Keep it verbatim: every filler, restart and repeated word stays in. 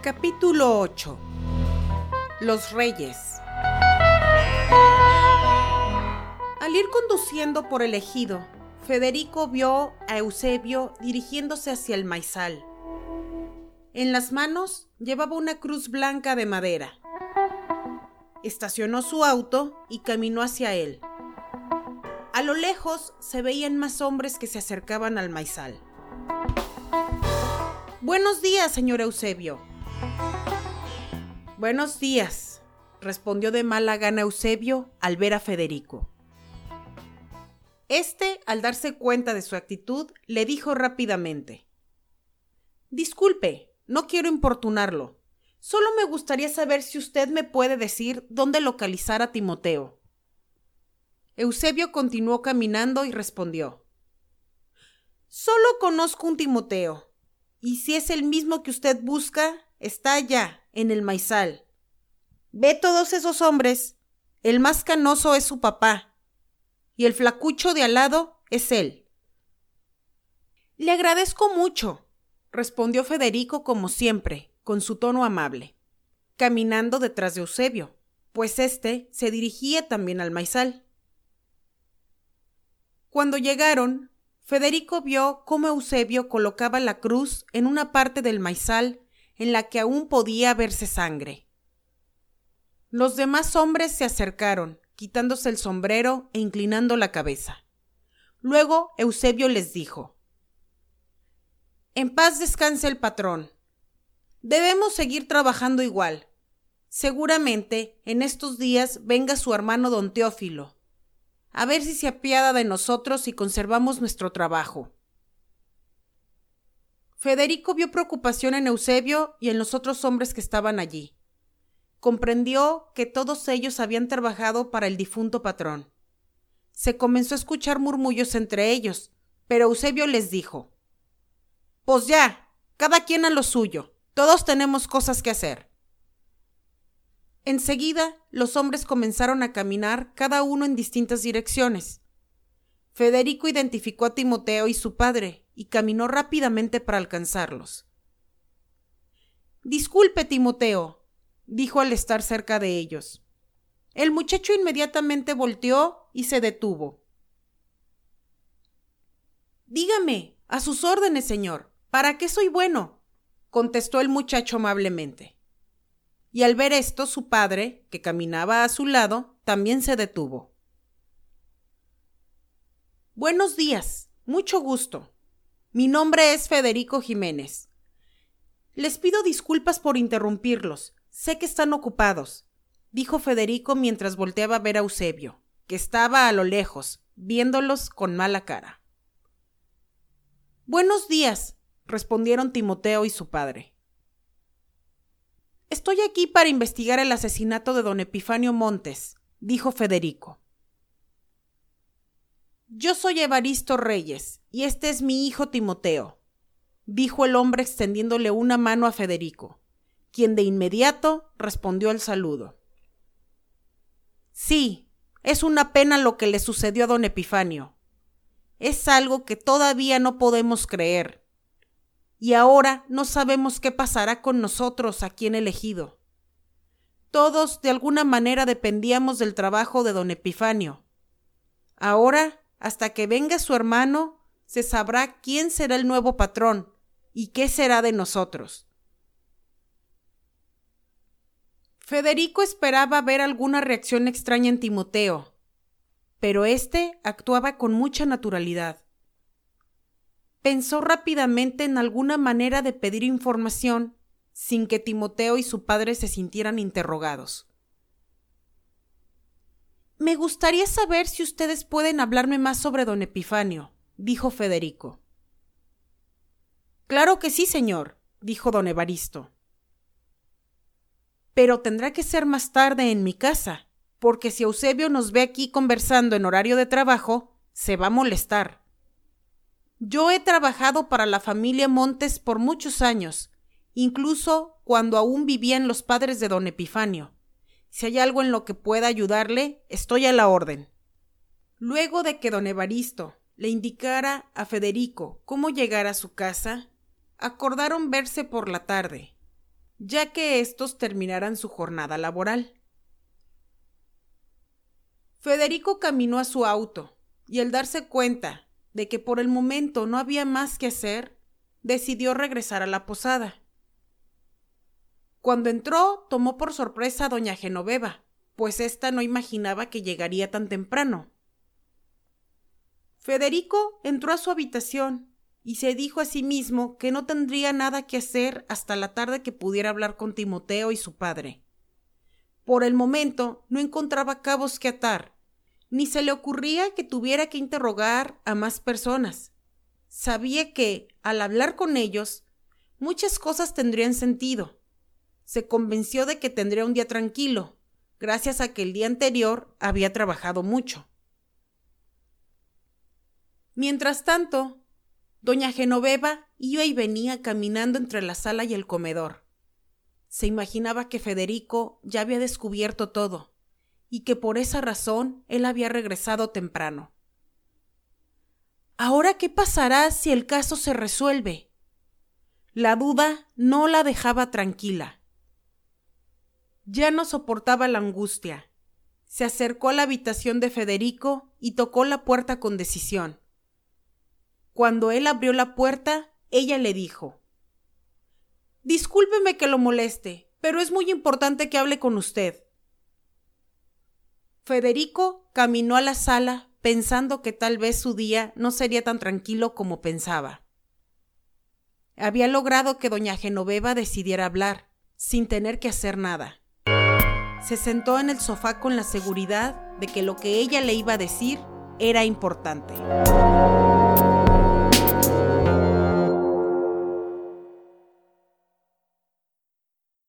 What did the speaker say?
Capítulo ocho. Los Reyes. Al ir conduciendo por el ejido, Federico vio a Eusebio dirigiéndose hacia el maizal. En las manos llevaba una cruz blanca de madera. Estacionó su auto y caminó hacia él. A lo lejos se veían más hombres que se acercaban al maizal. «Buenos días, señor Eusebio». «Buenos días», respondió de mala gana Eusebio al ver a Federico. Este, al darse cuenta de su actitud, le dijo rápidamente: «Disculpe, no quiero importunarlo. Solo me gustaría saber si usted me puede decir dónde localizar a Timoteo». Eusebio continuó caminando y respondió: «Solo conozco un Timoteo, y si es el mismo que usted busca, está allá, en el maizal. ¿Ve todos esos hombres? El más canoso es su papá, y el flacucho de al lado es él». «Le agradezco mucho», respondió Federico como siempre, con su tono amable, caminando detrás de Eusebio, pues éste se dirigía también al maizal. Cuando llegaron, Federico vio cómo Eusebio colocaba la cruz en una parte del maizal en la que aún podía verse sangre. Los demás hombres se acercaron, quitándose el sombrero e inclinando la cabeza. Luego Eusebio les dijo: «En paz descanse el patrón. Debemos seguir trabajando igual. Seguramente en estos días venga su hermano don Teófilo, a ver si se apiada de nosotros y conservamos nuestro trabajo». Federico vio preocupación en Eusebio y en los otros hombres que estaban allí. Comprendió que todos ellos habían trabajado para el difunto patrón. Se comenzó a escuchar murmullos entre ellos, pero Eusebio les dijo: «Pues ya, cada quien a lo suyo, todos tenemos cosas que hacer». Enseguida, los hombres comenzaron a caminar cada uno en distintas direcciones. Federico identificó a Timoteo y su padre y caminó rápidamente para alcanzarlos. «Disculpe, Timoteo», dijo al estar cerca de ellos. El muchacho inmediatamente volteó y se detuvo. «Dígame, a sus órdenes, señor. ¿Para qué soy bueno?», contestó el muchacho amablemente. Y al ver esto, su padre, que caminaba a su lado, también se detuvo. «Buenos días, mucho gusto. Mi nombre es Federico Jiménez. Les pido disculpas por interrumpirlos. Sé que están ocupados», dijo Federico mientras volteaba a ver a Eusebio, que estaba a lo lejos, viéndolos con mala cara. «Buenos días», respondieron Timoteo y su padre. «Estoy aquí para investigar el asesinato de don Epifanio Montes», dijo Federico. «Yo soy Evaristo Reyes y este es mi hijo Timoteo», dijo el hombre extendiéndole una mano a Federico, quien de inmediato respondió al saludo. «Sí, es una pena lo que le sucedió a don Epifanio. Es algo que todavía no podemos creer. Y ahora no sabemos qué pasará con nosotros aquí en el ejido. Todos de alguna manera dependíamos del trabajo de don Epifanio. Ahora, hasta que venga su hermano, se sabrá quién será el nuevo patrón y qué será de nosotros». Federico esperaba ver alguna reacción extraña en Timoteo, pero éste actuaba con mucha naturalidad. Pensó rápidamente en alguna manera de pedir información sin que Timoteo y su padre se sintieran interrogados. «Me gustaría saber si ustedes pueden hablarme más sobre don Epifanio», dijo Federico. «Claro que sí, señor», dijo don Evaristo. «Pero tendrá que ser más tarde en mi casa, porque si Eusebio nos ve aquí conversando en horario de trabajo, se va a molestar. Yo he trabajado para la familia Montes por muchos años, incluso cuando aún vivían los padres de don Epifanio. Si hay algo en lo que pueda ayudarle, estoy a la orden». Luego de que don Evaristo le indicara a Federico cómo llegar a su casa, acordaron verse por la tarde. ya que éstos terminaran su jornada laboral. Federico caminó a su auto y al darse cuenta de que por el momento no había más que hacer, decidió regresar a la posada. Cuando entró, tomó por sorpresa a doña Genoveva, pues ésta no imaginaba que llegaría tan temprano. Federico entró a su habitación y se dijo a sí mismo que no tendría nada que hacer hasta la tarde que pudiera hablar con Timoteo y su padre. Por el momento no encontraba cabos que atar, ni se le ocurría que tuviera que interrogar a más personas. Sabía que, al hablar con ellos, muchas cosas tendrían sentido. Se convenció de que tendría un día tranquilo, gracias a que el día anterior había trabajado mucho. Mientras tanto, doña Genoveva iba y venía caminando entre la sala y el comedor. Se imaginaba que Federico ya había descubierto todo y que por esa razón él había regresado temprano. ¿Ahora qué pasará si el caso se resuelve? La duda no la dejaba tranquila. Ya no soportaba la angustia. Se acercó a la habitación de Federico y tocó la puerta con decisión. Cuando él abrió la puerta, ella le dijo: «Discúlpeme que lo moleste, pero es muy importante que hable con usted». Federico caminó a la sala pensando que tal vez su día no sería tan tranquilo como pensaba. Había logrado que doña Genoveva decidiera hablar, sin tener que hacer nada. Se sentó en el sofá con la seguridad de que lo que ella le iba a decir era importante.